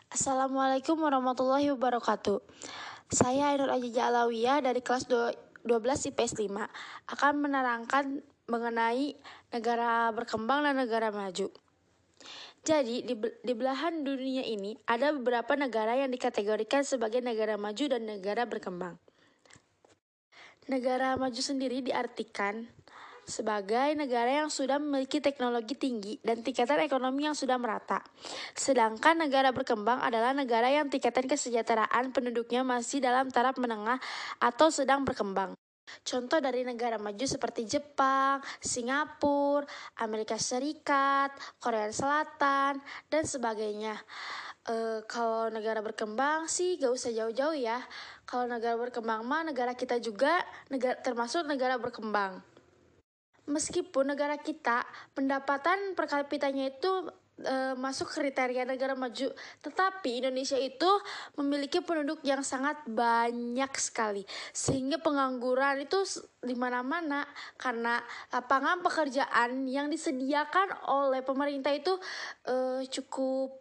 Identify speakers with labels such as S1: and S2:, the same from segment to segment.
S1: Assalamualaikum warahmatullahi wabarakatuh. Saya Ainur Aziza Alawiyah dari kelas 12 IPS 5 akan menerangkan mengenai negara berkembang dan negara maju. Jadi, di belahan dunia ini ada beberapa negara yang dikategorikan sebagai negara maju dan negara berkembang. Negara maju sendiri diartikan sebagai negara yang sudah memiliki teknologi tinggi dan tingkatan ekonomi yang sudah merata. Sedangkan negara berkembang adalah negara yang tingkatan kesejahteraan penduduknya masih dalam taraf menengah atau sedang berkembang. Contoh dari negara maju seperti Jepang, Singapura, Amerika Serikat, Korea Selatan, dan sebagainya. Kalau negara berkembang sih gak usah jauh-jauh ya. Kalau negara berkembang mah negara kita juga termasuk negara berkembang. Meskipun negara kita pendapatan per kapitanya itu masuk kriteria negara maju, tetapi Indonesia itu memiliki penduduk yang sangat banyak sekali, sehingga pengangguran itu di mana-mana karena lapangan pekerjaan yang disediakan oleh pemerintah itu cukup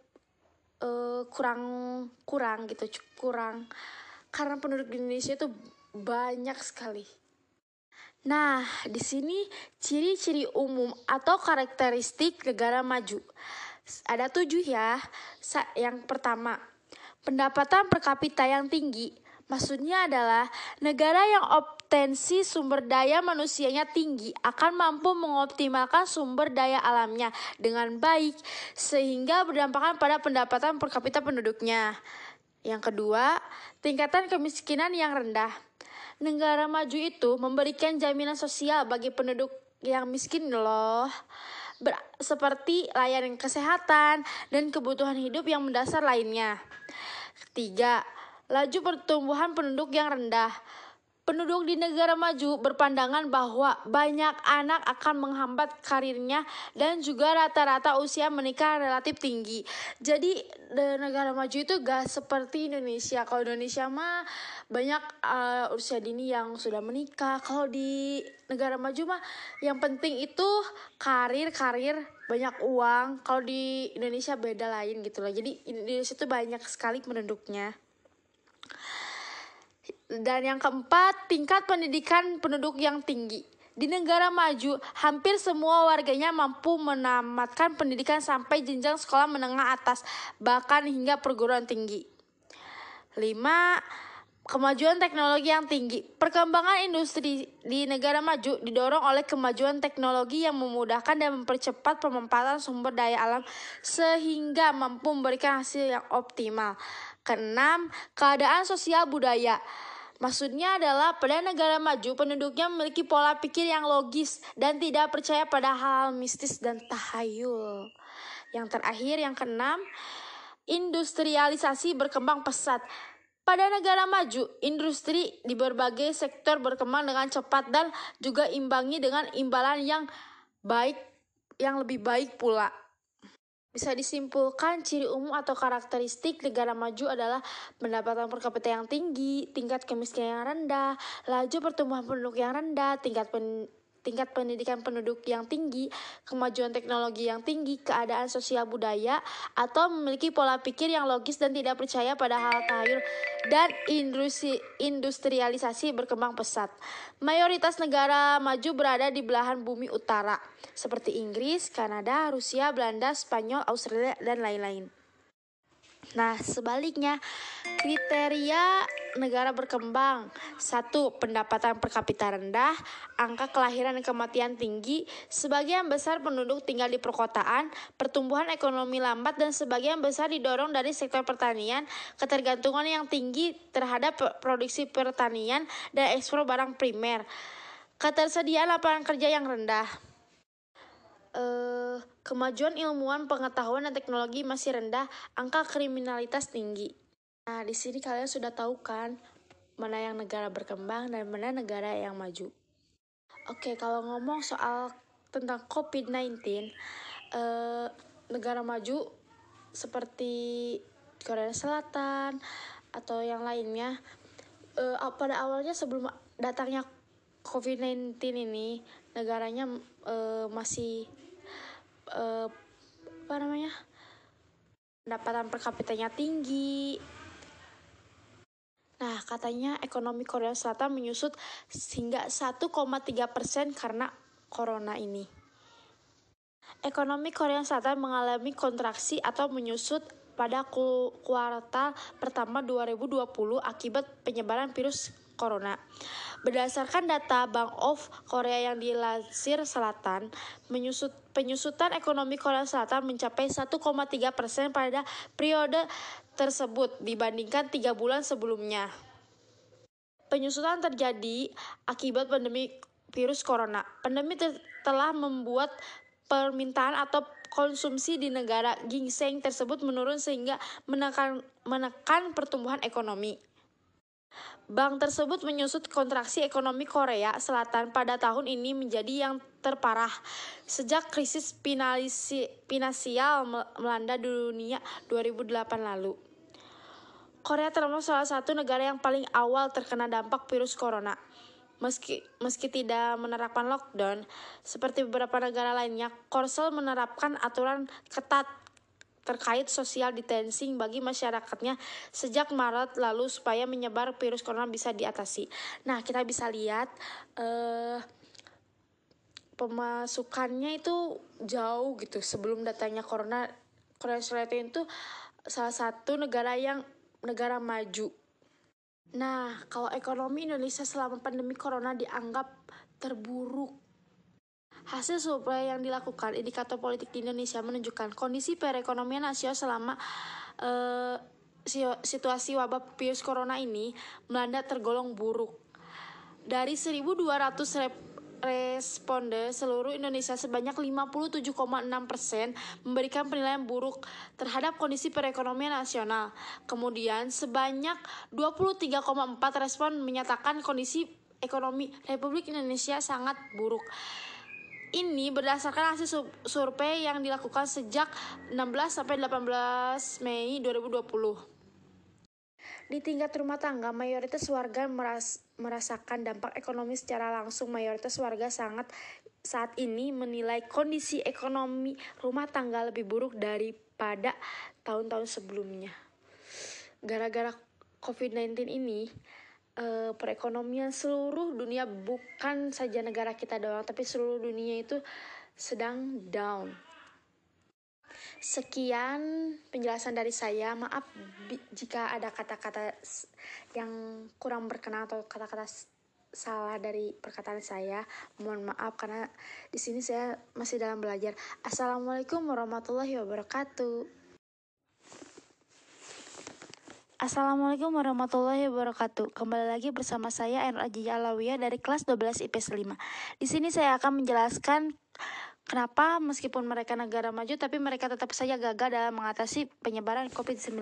S1: kurang karena penduduk di Indonesia itu banyak sekali. Nah, di sini ciri-ciri umum atau karakteristik negara maju. Ada 7 ya. Yang pertama, pendapatan per kapita yang tinggi. Maksudnya adalah negara yang potensi sumber daya manusianya tinggi akan mampu mengoptimalkan sumber daya alamnya dengan baik sehingga berdampak pada pendapatan per kapita penduduknya. Yang kedua, tingkatan kemiskinan yang rendah. Negara maju itu memberikan jaminan sosial bagi penduduk yang miskin loh. Seperti layanan kesehatan dan kebutuhan hidup yang mendasar lainnya. Ketiga, laju pertumbuhan penduduk yang rendah. Penduduk di negara maju berpandangan bahwa banyak anak akan menghambat karirnya dan juga rata-rata usia menikah relatif tinggi. Jadi negara maju itu gak seperti Indonesia. Kalau Indonesia mah banyak usia dini yang sudah menikah. Kalau di negara maju mah yang penting itu karir, banyak uang. Kalau di Indonesia beda lain gitu loh. Jadi Indonesia itu banyak sekali penduduknya. Dan yang keempat, tingkat pendidikan penduduk yang tinggi. Di negara maju, hampir semua warganya mampu menamatkan pendidikan sampai jenjang sekolah menengah atas, bahkan hingga perguruan tinggi. 5. Kemajuan teknologi yang tinggi. Perkembangan industri di negara maju didorong oleh kemajuan teknologi yang memudahkan dan mempercepat pemanfaatan sumber daya alam sehingga mampu memberikan hasil yang optimal. 6. Keadaan sosial budaya. Maksudnya adalah pada negara maju penduduknya memiliki pola pikir yang logis dan tidak percaya pada hal mistis dan tahayul. Yang terakhir, yang keenam, industrialisasi berkembang pesat. Pada negara maju, industri di berbagai sektor berkembang dengan cepat dan juga imbangi dengan imbalan yang lebih baik pula. Bisa disimpulkan ciri umum atau karakteristik negara maju adalah pendapatan per kapita yang tinggi, tingkat kemiskinan yang rendah, laju pertumbuhan penduduk yang rendah, tingkat pendidikan penduduk yang tinggi, kemajuan teknologi yang tinggi, keadaan sosial budaya, atau memiliki pola pikir yang logis dan tidak percaya pada hal tahayul, dan industrialisasi berkembang pesat. Mayoritas negara maju berada di belahan bumi utara, seperti Inggris, Kanada, Rusia, Belanda, Spanyol, Australia, dan lain-lain. Nah, sebaliknya, kriteria negara berkembang. 1. Pendapatan per kapita rendah, angka kelahiran dan kematian tinggi, sebagian besar penduduk tinggal di perkotaan, pertumbuhan ekonomi lambat, dan sebagian besar didorong dari sektor pertanian, ketergantungan yang tinggi terhadap produksi pertanian, dan ekspor barang primer. Ketersediaan lapangan kerja yang rendah. Kemajuan ilmuwan, pengetahuan, dan teknologi masih rendah, angka kriminalitas tinggi. Nah, di sini kalian sudah tahu kan mana yang negara berkembang dan mana negara yang maju. Oke, kalau ngomong soal tentang COVID-19, negara maju seperti Korea Selatan atau yang lainnya, pada awalnya sebelum datangnya COVID-19 ini, negaranya masih pendapatan per kapitanya tinggi. Nah, katanya ekonomi Korea Selatan menyusut hingga 1,3% karena corona ini. Ekonomi Korea Selatan mengalami kontraksi atau menyusut pada kuartal pertama 2020 akibat penyebaran virus corona. Berdasarkan data Bank of Korea yang dilansir Selatan, penyusutan ekonomi Korea Selatan mencapai 1,3% pada periode tersebut dibandingkan 3 bulan sebelumnya. Penyusutan terjadi akibat pandemi virus corona. Pandemi telah membuat permintaan atau konsumsi di negara ginseng tersebut menurun sehingga menekan pertumbuhan ekonomi. Bank tersebut menyusut kontraksi ekonomi Korea Selatan pada tahun ini menjadi yang terparah sejak krisis finansial melanda dunia 2008 lalu. Korea termasuk salah satu negara yang paling awal terkena dampak virus corona. Meski tidak menerapkan lockdown, seperti beberapa negara lainnya, Korsel menerapkan aturan ketat terkait social distancing bagi masyarakatnya sejak Maret lalu supaya menyebar virus corona bisa diatasi. Nah, kita bisa lihat pemasukannya itu jauh gitu sebelum datanya corona. Korea Selatan itu salah satu negara maju. Nah, kalau ekonomi Indonesia selama pandemi corona dianggap terburuk. Hasil survei yang dilakukan Indikator Politik di Indonesia menunjukkan kondisi perekonomian nasional selama situasi wabah virus corona ini melanda tergolong buruk. Dari 1.200 responden seluruh Indonesia, sebanyak 57,6% memberikan penilaian buruk terhadap kondisi perekonomian nasional. Kemudian sebanyak 23,4% respon menyatakan kondisi ekonomi Republik Indonesia sangat buruk. Ini berdasarkan hasil survei yang dilakukan sejak 16 sampai 18 Mei 2020. Di tingkat rumah tangga, mayoritas warga merasakan dampak ekonomi secara langsung. Mayoritas warga saat ini menilai kondisi ekonomi rumah tangga lebih buruk daripada tahun-tahun sebelumnya. Gara-gara COVID-19 ini, perekonomian seluruh dunia, bukan saja negara kita doang, tapi seluruh dunia itu sedang down. Sekian penjelasan dari saya. Maaf jika ada kata-kata yang kurang berkenan atau kata-kata salah dari perkataan saya. Mohon maaf karena di sini saya masih dalam belajar. Assalamualaikum warahmatullahi wabarakatuh. Assalamualaikum warahmatullahi wabarakatuh. Kembali lagi bersama saya Ainul Ajijah Alawiyah dari kelas 12 IPS 5. Di sini saya akan menjelaskan kenapa meskipun mereka negara maju tapi mereka tetap saja gagal dalam mengatasi penyebaran COVID-19.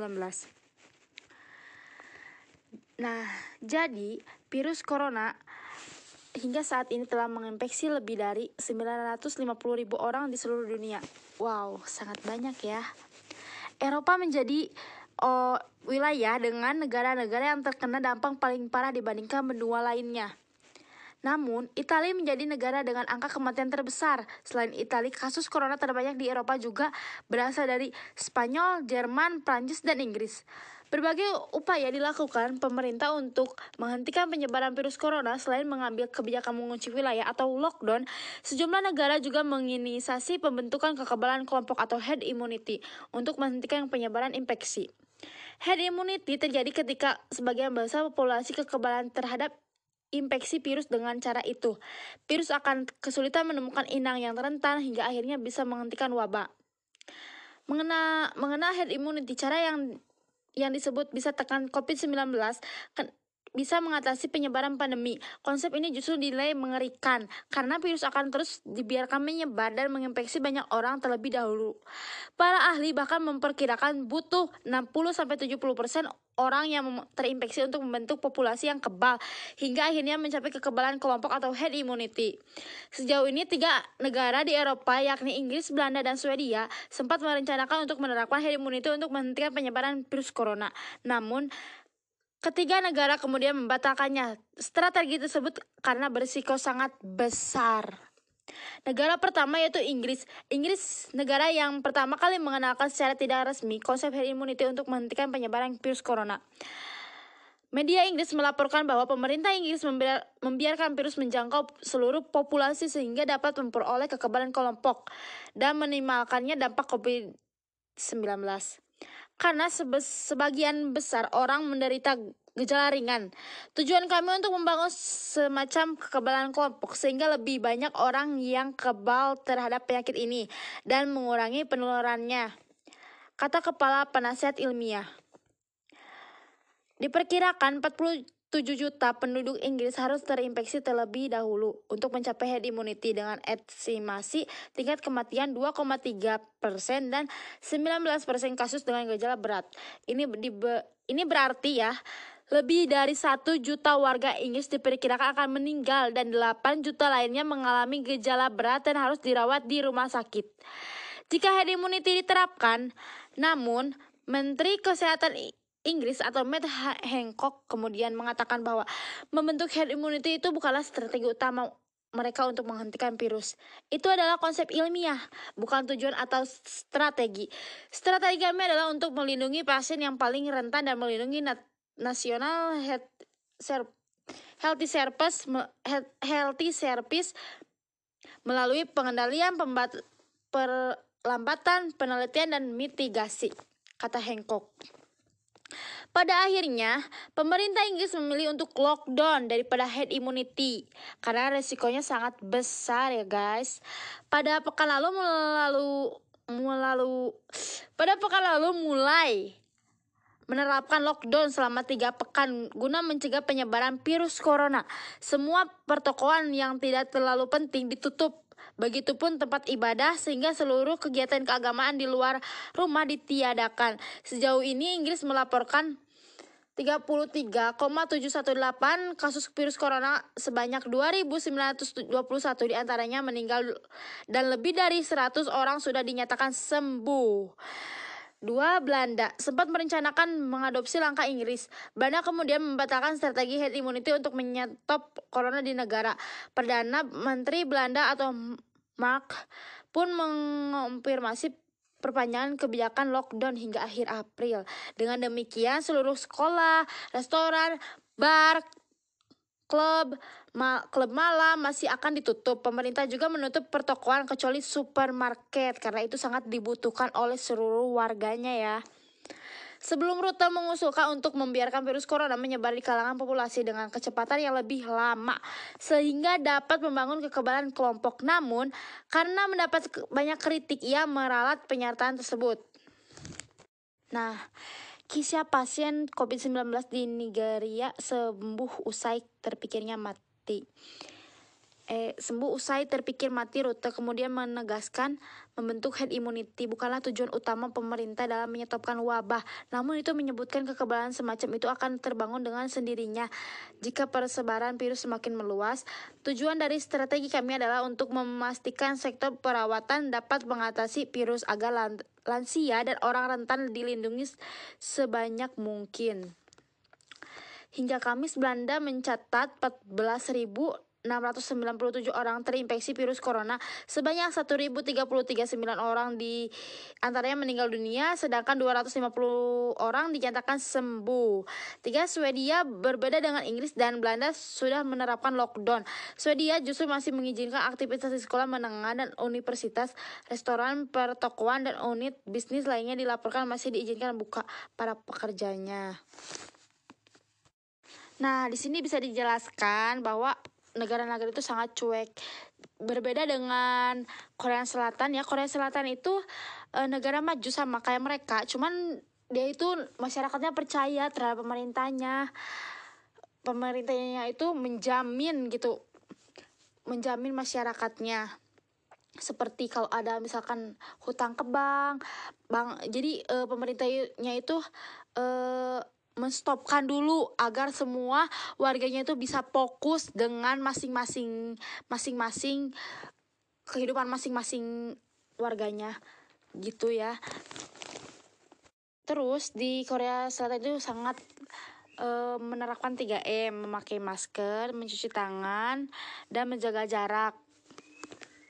S1: Nah, jadi virus corona hingga saat ini telah menginfeksi lebih dari 950.000 orang di seluruh dunia. Wow, sangat banyak ya. Eropa menjadi wilayah dengan negara-negara yang terkena dampak paling parah dibandingkan benua lainnya. Namun, Italia menjadi negara dengan angka kematian terbesar. Selain Italia, kasus corona terbanyak di Eropa juga berasal dari Spanyol, Jerman, Prancis, dan Inggris. Berbagai upaya dilakukan pemerintah untuk menghentikan penyebaran virus corona. Selain mengambil kebijakan mengunci wilayah atau lockdown, sejumlah negara juga menginisiasi pembentukan kekebalan kelompok atau herd immunity untuk menghentikan penyebaran infeksi. Herd immunity terjadi ketika sebagian besar populasi kekebalan terhadap infeksi virus. Dengan cara itu, virus akan kesulitan menemukan inang yang rentan hingga akhirnya bisa menghentikan wabah. Mengenai herd immunity, cara yang disebut bisa tekan COVID-19 bisa mengatasi penyebaran pandemi. Konsep ini justru dinilai mengerikan karena virus akan terus dibiarkan menyebar dan menginfeksi banyak orang terlebih dahulu. Para ahli bahkan memperkirakan butuh 60-70% orang yang terinfeksi untuk membentuk populasi yang kebal hingga akhirnya mencapai kekebalan kelompok atau herd immunity. Sejauh ini 3 negara di Eropa yakni Inggris, Belanda, dan Swedia sempat merencanakan untuk menerapkan herd immunity untuk menghentikan penyebaran virus corona. Namun, ketiga negara kemudian membatalkannya. Strategi tersebut karena berisiko sangat besar. Negara pertama yaitu Inggris. Inggris negara yang pertama kali mengenalkan secara tidak resmi konsep herd immunity untuk menghentikan penyebaran virus corona. Media Inggris melaporkan bahwa pemerintah Inggris membiarkan virus menjangkau seluruh populasi sehingga dapat memperoleh kekebalan kelompok dan meminimalkannya dampak COVID-19. Karena sebagian besar orang menderita gejala ringan. Tujuan kami untuk membangun semacam kekebalan kelompok sehingga lebih banyak orang yang kebal terhadap penyakit ini dan mengurangi penularannya, kata Kepala Penasihat Ilmiah. Diperkirakan 47 juta penduduk Inggris harus terinfeksi terlebih dahulu untuk mencapai herd immunity dengan estimasi tingkat kematian 2,3% dan 19% kasus dengan gejala berat. Ini berarti ya, lebih dari 1 juta warga Inggris diperkirakan akan meninggal dan 8 juta lainnya mengalami gejala berat dan harus dirawat di rumah sakit. Jika herd immunity diterapkan, namun Menteri Kesehatan Inggris atau Matt Hancock kemudian mengatakan bahwa membentuk herd immunity itu bukanlah strategi utama mereka untuk menghentikan virus. Itu adalah konsep ilmiah, bukan tujuan atau strategi. Strategi kami adalah untuk melindungi pasien yang paling rentan dan melindungi nasional healthy service melalui pengendalian, perlambatan, penelitian, dan mitigasi, kata Hancock. Pada akhirnya, pemerintah Inggris memilih untuk lockdown daripada herd immunity karena resikonya sangat besar ya guys. Pada pekan lalu mulai menerapkan lockdown selama 3 pekan guna mencegah penyebaran virus corona. Semua pertokoan yang tidak terlalu penting ditutup. Begitupun tempat ibadah sehingga seluruh kegiatan keagamaan di luar rumah ditiadakan. Sejauh ini Inggris melaporkan 33,718 kasus virus corona, sebanyak 2.921 diantaranya meninggal dan lebih dari 100 orang sudah dinyatakan sembuh. Belanda sempat merencanakan mengadopsi langkah Inggris. Belanda kemudian membatalkan strategi herd immunity untuk menyetop corona di negara. Perdana Menteri Belanda atau Mark pun mengonfirmasi perpanjangan kebijakan lockdown hingga akhir April. Dengan demikian seluruh sekolah, restoran, bar, klub malam masih akan ditutup. Pemerintah juga menutup pertokoan kecuali supermarket karena itu sangat dibutuhkan oleh seluruh warganya ya. Sebelum Rutte mengusulkan untuk membiarkan virus corona menyebar di kalangan populasi dengan kecepatan yang lebih lama sehingga dapat membangun kekebalan kelompok. Namun, karena mendapat banyak kritik, ia meralat pernyataan tersebut. Nah, kisah pasien COVID-19 di Nigeria sembuh usai terpikir mati. Rutte kemudian menegaskan membentuk herd immunity bukanlah tujuan utama pemerintah dalam menyetopkan wabah. Namun itu menyebutkan kekebalan semacam itu akan terbangun dengan sendirinya jika persebaran virus semakin meluas. Tujuan dari strategi kami adalah untuk memastikan sektor perawatan dapat mengatasi virus agar lansia dan orang rentan dilindungi sebanyak mungkin. Hingga Kamis, Belanda mencatat 14.697 orang terinfeksi virus corona, sebanyak 1.039 orang di antaranya meninggal dunia, sedangkan 250 orang dinyatakan sembuh. Swedia berbeda dengan Inggris dan Belanda sudah menerapkan lockdown. Swedia justru masih mengizinkan aktivitas di sekolah menengah dan universitas, restoran, pertokoan, dan unit bisnis lainnya dilaporkan masih diizinkan buka para pekerjanya. Nah, di sini bisa dijelaskan bahwa negara-negara itu sangat cuek. Berbeda dengan Korea Selatan ya. Korea Selatan itu negara maju sama kayak mereka, cuman dia itu masyarakatnya percaya terhadap pemerintahnya. Pemerintahnya itu menjamin masyarakatnya. Seperti kalau ada misalkan hutang ke bank, jadi pemerintahnya itu menstopkan dulu agar semua warganya itu bisa fokus dengan masing-masing kehidupan masing-masing warganya gitu ya. Terus di Korea Selatan itu sangat menerapkan 3M, memakai masker, mencuci tangan, dan menjaga jarak.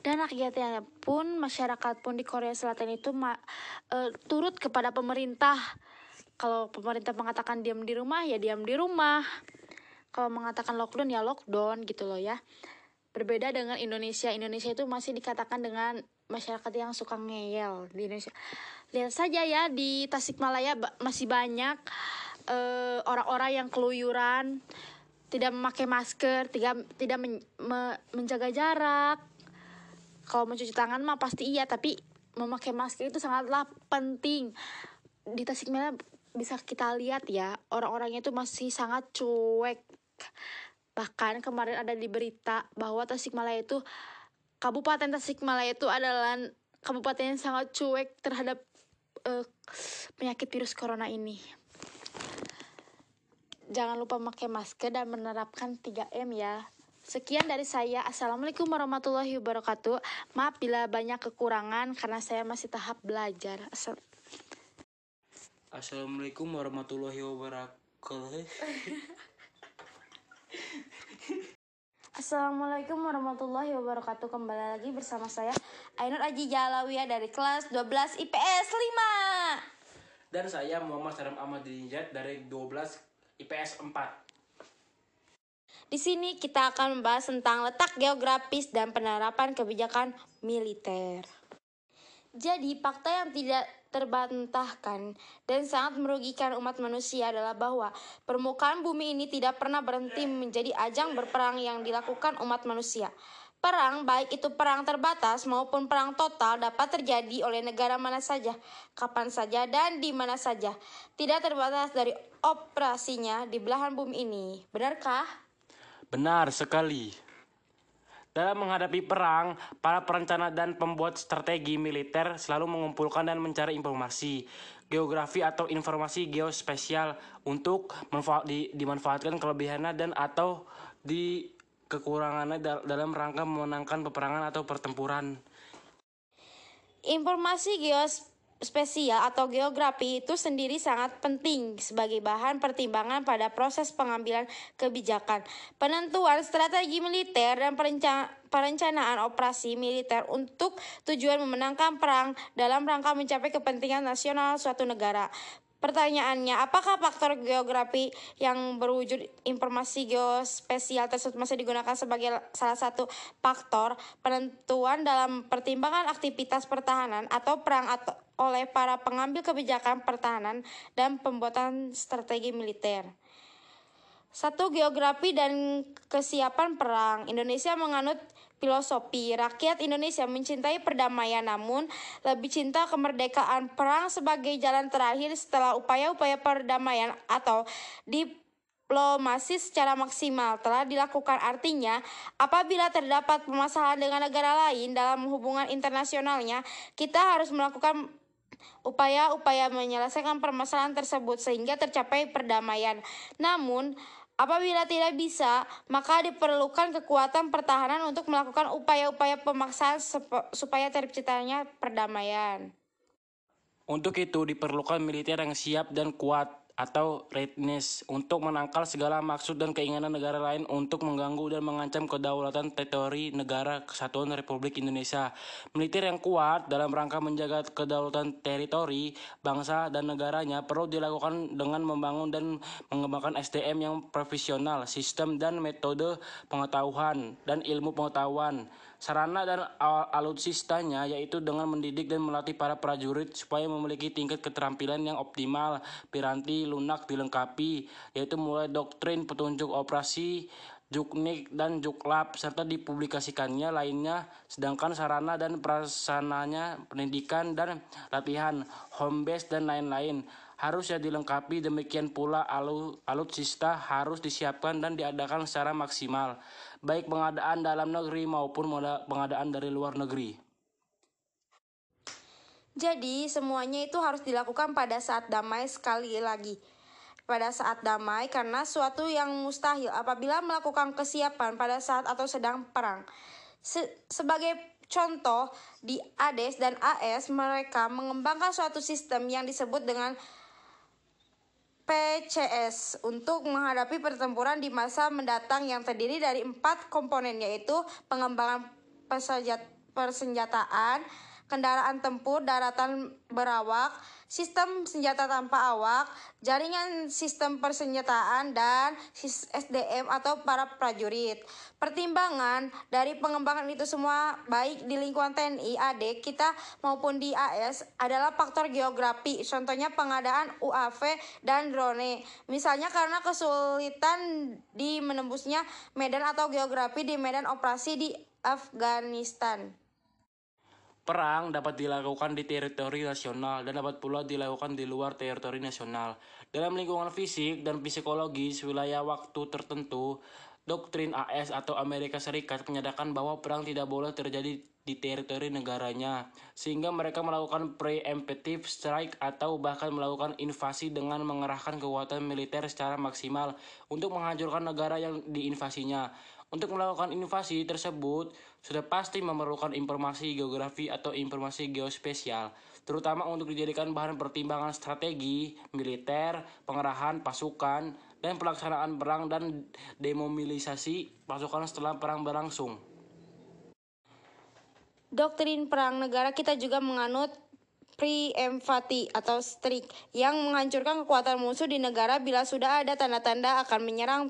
S1: Dan rakyatnya pun, masyarakat pun di Korea Selatan itu turut kepada pemerintah. Kalau pemerintah mengatakan diam di rumah, ya diam di rumah. Kalau mengatakan lockdown, ya lockdown gitu loh ya. Berbeda dengan Indonesia. Indonesia itu masih dikatakan dengan masyarakat yang suka ngeyel di Indonesia. Lihat saja ya, di Tasikmalaya masih banyak orang-orang yang keluyuran, tidak memakai masker, tidak menjaga jarak. Kalau mencuci tangan mah pasti iya, tapi memakai masker itu sangatlah penting. Di Tasikmalaya bisa kita lihat ya, orang-orangnya itu masih sangat cuek. Bahkan kemarin ada di berita bahwa Kabupaten Tasikmalaya itu adalah kabupaten yang sangat cuek terhadap penyakit virus corona ini. Jangan lupa memakai masker dan menerapkan 3M ya. Sekian dari saya. Assalamualaikum warahmatullahi wabarakatuh. Maaf bila banyak kekurangan karena saya masih tahap belajar.
S2: Assalamualaikum warahmatullahi wabarakatuh.
S1: Assalamualaikum warahmatullahi wabarakatuh. Kembali lagi bersama saya Ainur Aji Jalawiyah dari kelas 12 IPS 5.
S2: Dan saya Muhammad Saram Ahmad Dinjat dari 12 IPS 4.
S1: Di sini kita akan membahas tentang letak geografis dan penerapan kebijakan militer. Jadi, fakta yang tidak terbantahkan dan sangat merugikan umat manusia adalah bahwa permukaan bumi ini tidak pernah berhenti menjadi ajang berperang yang dilakukan umat manusia. Perang, baik itu perang terbatas maupun perang total, dapat terjadi oleh negara mana saja, kapan saja, dan di mana saja. Tidak terbatas dari operasinya di belahan bumi ini. Benarkah?
S2: Benar sekali. Dalam menghadapi perang, para perencana dan pembuat strategi militer selalu mengumpulkan dan mencari informasi, geografi atau informasi geospasial untuk dimanfaatkan kelebihannya dan atau di kekurangannya dalam rangka memenangkan peperangan atau pertempuran.
S1: Informasi geospasial atau geografi itu sendiri sangat penting sebagai bahan pertimbangan pada proses pengambilan kebijakan, penentuan strategi militer, dan perencanaan operasi militer untuk tujuan memenangkan perang dalam rangka mencapai kepentingan nasional suatu negara. Pertanyaannya, apakah faktor geografi yang berwujud informasi geospasial tersebut masih digunakan sebagai salah satu faktor penentuan dalam pertimbangan aktivitas pertahanan atau perang oleh para pengambil kebijakan pertahanan dan pembuatan strategi militer? 1. Geografi dan kesiapan perang. Indonesia menganut filosofi rakyat Indonesia mencintai perdamaian, namun lebih cinta kemerdekaan. Perang sebagai jalan terakhir setelah upaya-upaya perdamaian atau diplomasi secara maksimal telah dilakukan. Artinya, apabila terdapat permasalahan dengan negara lain dalam hubungan internasionalnya, kita harus melakukan upaya-upaya menyelesaikan permasalahan tersebut sehingga tercapai perdamaian. Namun, apabila tidak bisa, maka diperlukan kekuatan pertahanan untuk melakukan upaya-upaya pemaksaan supaya terciptanya perdamaian.
S2: Untuk itu diperlukan militer yang siap dan kuat atau readiness untuk menangkal segala maksud dan keinginan negara lain untuk mengganggu dan mengancam kedaulatan teritori negara Kesatuan Republik Indonesia. Militer yang kuat dalam rangka menjaga kedaulatan teritori, bangsa, dan negaranya perlu dilakukan dengan membangun dan mengembangkan SDM yang profesional, sistem dan metode pengetahuan, dan ilmu pengetahuan. Sarana dan alutsistanya yaitu dengan mendidik dan melatih para prajurit supaya memiliki tingkat keterampilan yang optimal. Piranti lunak dilengkapi, yaitu mulai doktrin, petunjuk operasi, juknik, dan juklap, serta dipublikasikannya lainnya. Sedangkan sarana dan prasananya, pendidikan dan latihan, home base, dan lain-lain harusnya dilengkapi. Demikian pula alutsista harus disiapkan dan diadakan secara maksimal, baik pengadaan dalam negeri maupun pengadaan dari luar negeri.
S1: Jadi semuanya itu harus dilakukan pada saat damai. Sekali lagi, pada saat damai, karena suatu yang mustahil apabila melakukan kesiapan pada saat atau sedang perang. Sebagai contoh, di ADES dan AS mereka mengembangkan suatu sistem yang disebut dengan PCS untuk menghadapi pertempuran di masa mendatang yang terdiri dari 4 komponen, yaitu pengembangan
S3: persenjataan, kendaraan tempur daratan berawak, sistem senjata tanpa awak, jaringan sistem persenjataan, dan SDM atau para prajurit. Pertimbangan dari pengembangan itu semua baik di lingkungan TNI AD kita maupun di AS adalah faktor geografi, contohnya pengadaan UAV dan drone. Misalnya karena kesulitan di menembusnya medan atau geografi di medan operasi di Afghanistan.
S2: Perang dapat dilakukan di teritori nasional dan dapat pula dilakukan di luar teritori nasional. Dalam lingkungan fisik dan psikologis wilayah waktu tertentu, doktrin AS atau Amerika Serikat menyatakan bahwa perang tidak boleh terjadi di teritori negaranya, sehingga mereka melakukan preemptive strike atau bahkan melakukan invasi dengan mengerahkan kekuatan militer secara maksimal untuk menghancurkan negara yang diinvasinya. Untuk melakukan invasi tersebut, sudah pasti memerlukan informasi geografi atau informasi geospasial, terutama untuk dijadikan bahan pertimbangan strategi, militer, pengerahan pasukan, dan pelaksanaan perang dan demobilisasi pasukan setelah perang berlangsung.
S3: Doktrin perang negara kita juga menganut preemptive atau strike yang menghancurkan kekuatan musuh di negara bila sudah ada tanda-tanda akan menyerang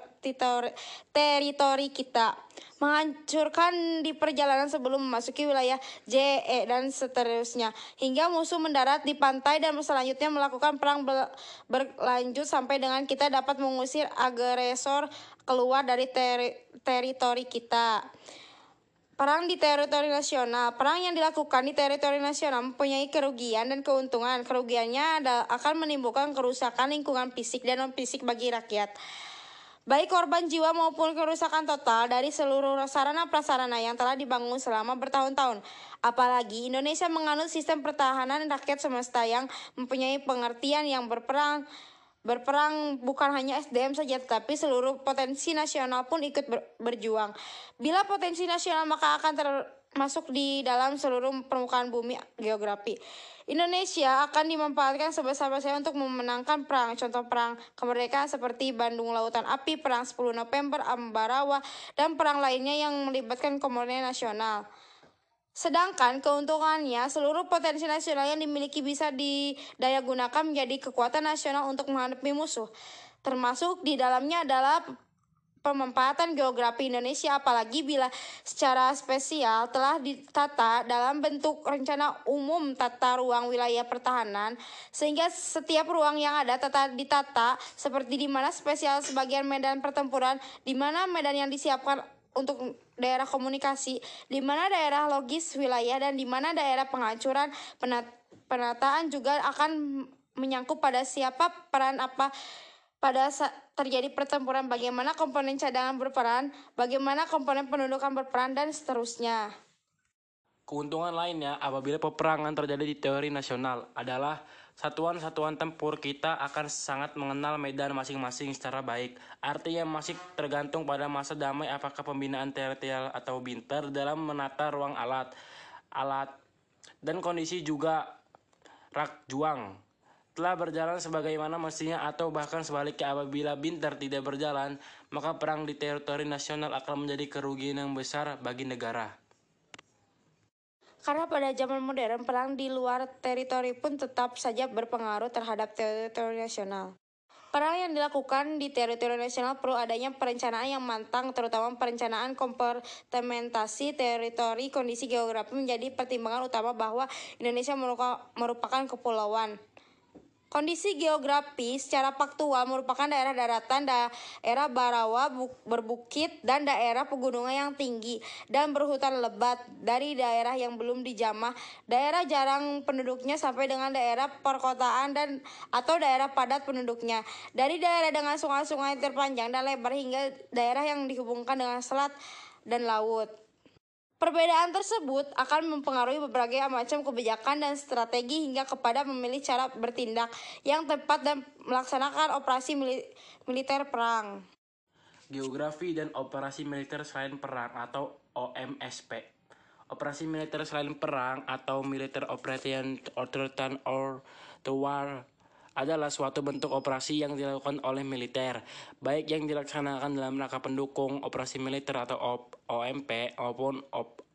S3: teritori kita. Menghancurkan di perjalanan sebelum memasuki wilayah JE dan seterusnya hingga musuh mendarat di pantai dan selanjutnya melakukan perang berlanjut sampai dengan kita dapat mengusir agresor keluar dari teritori kita. Perang di teritori nasional. Perang yang dilakukan di teritori nasional mempunyai kerugian dan keuntungan. Kerugiannya akan menimbulkan kerusakan lingkungan fisik dan non-fisik bagi rakyat. Baik korban jiwa maupun kerusakan total dari seluruh sarana prasarana yang telah dibangun selama bertahun-tahun. Apalagi Indonesia menganut sistem pertahanan rakyat semesta yang mempunyai pengertian yang berperang bukan hanya SDM saja, tetapi seluruh potensi nasional pun ikut berjuang. Bila potensi nasional maka akan termasuk di dalam seluruh permukaan bumi geografi. Indonesia akan dimanfaatkan sebesar-besarnya untuk memenangkan perang. Contoh perang kemerdekaan seperti Bandung Lautan Api, Perang 10 November, Ambarawa, dan perang lainnya yang melibatkan komponen nasional. Sedangkan keuntungannya, seluruh potensi nasional yang dimiliki bisa didaya gunakan menjadi kekuatan nasional untuk menghadapi musuh. Termasuk di dalamnya adalah pemanfaatan geografi Indonesia, apalagi bila secara spesial telah ditata dalam bentuk rencana umum tata ruang wilayah pertahanan, sehingga setiap ruang yang ada ditata seperti di mana spesial sebagian medan pertempuran, di mana medan yang disiapkan untuk daerah komunikasi, di mana daerah logis wilayah, dan di mana daerah penghancuran. Penataan juga akan menyangkut pada siapa peran apa pada terjadi pertempuran, bagaimana komponen cadangan berperan, bagaimana komponen pendudukan berperan, dan seterusnya.
S2: Keuntungan lainnya apabila peperangan terjadi di teori nasional adalah satuan-satuan tempur kita akan sangat mengenal medan masing-masing secara baik. Artinya masih tergantung pada masa damai apakah pembinaan teritorial atau binter dalam menata ruang alat dan kondisi juga rak juang telah berjalan sebagaimana mestinya, atau bahkan sebaliknya apabila binter tidak berjalan, maka perang di teritori nasional akan menjadi kerugian yang besar bagi negara.
S3: Karena pada zaman modern, perang di luar teritori pun tetap saja berpengaruh terhadap teritori nasional. Perang yang dilakukan di teritori nasional perlu adanya perencanaan yang matang, terutama perencanaan kompartementasi teritori. Kondisi geografi menjadi pertimbangan utama bahwa Indonesia merupakan kepulauan. Kondisi geografi secara faktual merupakan daerah daratan, daerah barawa berbukit, dan daerah pegunungan yang tinggi dan berhutan lebat, dari daerah yang belum dijamah, daerah jarang penduduknya, sampai dengan daerah perkotaan atau daerah padat penduduknya, dari daerah dengan sungai-sungai terpanjang dan lebar hingga daerah yang dihubungkan dengan selat dan laut. Perbedaan tersebut akan mempengaruhi berbagai macam kebijakan dan strategi hingga kepada memilih cara bertindak yang tepat dan melaksanakan operasi militer perang.
S2: Geografi dan operasi militer selain perang atau OMSP. Operasi militer selain perang atau Military Operation Other or the War adalah suatu bentuk operasi yang dilakukan oleh militer, baik yang dilaksanakan dalam rangka pendukung operasi militer atau OMP maupun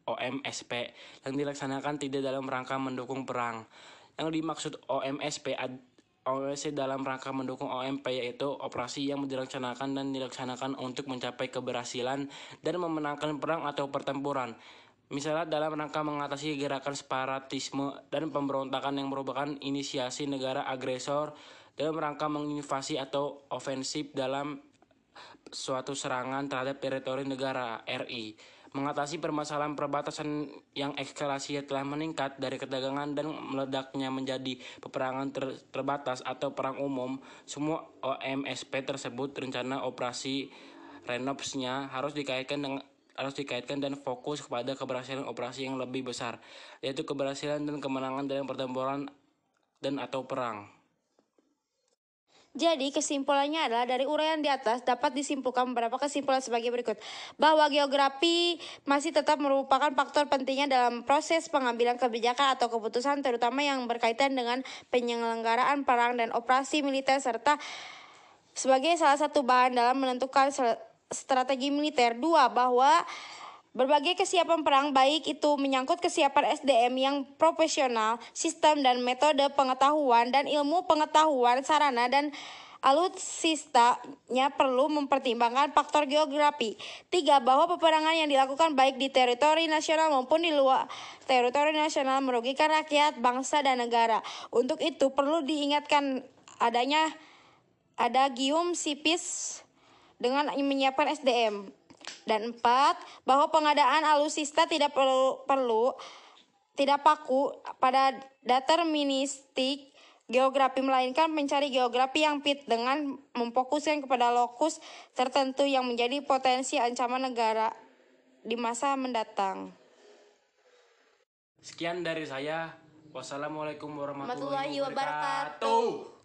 S2: OMSP yang dilaksanakan tidak dalam rangka mendukung perang. Yang dimaksud OMSP dalam rangka mendukung OMP yaitu operasi yang dilaksanakan untuk mencapai keberhasilan dan memenangkan perang atau pertempuran. Misalnya dalam rangka mengatasi gerakan separatisme dan pemberontakan yang merupakan inisiasi negara agresor dalam rangka menginvasi atau ofensif dalam suatu serangan terhadap teritori negara RI. Mengatasi permasalahan perbatasan yang eskalasinya telah meningkat dari ketegangan dan meledaknya menjadi peperangan terbatas atau perang umum, semua OMSP tersebut rencana operasi RENOPS-nya harus dikaitkan dan fokus kepada keberhasilan operasi yang lebih besar, yaitu keberhasilan dan kemenangan dalam pertempuran dan atau perang.
S3: Jadi kesimpulannya adalah dari uraian di atas dapat disimpulkan beberapa kesimpulan sebagai berikut. Bahwa geografi masih tetap merupakan faktor pentingnya dalam proses pengambilan kebijakan atau keputusan terutama yang berkaitan dengan penyelenggaraan perang dan operasi militer serta sebagai salah satu bahan dalam menentukan strategi militer. 2. Bahwa berbagai kesiapan perang baik itu menyangkut kesiapan SDM yang profesional, sistem dan metode pengetahuan dan ilmu pengetahuan, sarana dan alutsistanya perlu mempertimbangkan faktor geografi. 3. Bahwa peperangan yang dilakukan baik di teritori nasional maupun di luar teritori nasional merugikan rakyat, bangsa, dan negara. Untuk itu perlu diingatkan adagium civis dengan menyiapkan SDM. Dan 4. Bahwa pengadaan alutsista tidak paku pada deterministik geografi, melainkan mencari geografi yang fit dengan memfokuskan kepada lokus tertentu yang menjadi potensi ancaman negara di masa mendatang.
S2: Sekian dari saya. Wassalamualaikum warahmatullahi
S3: Warahmatullahi wabarakatuh.
S2: wabarakatuh.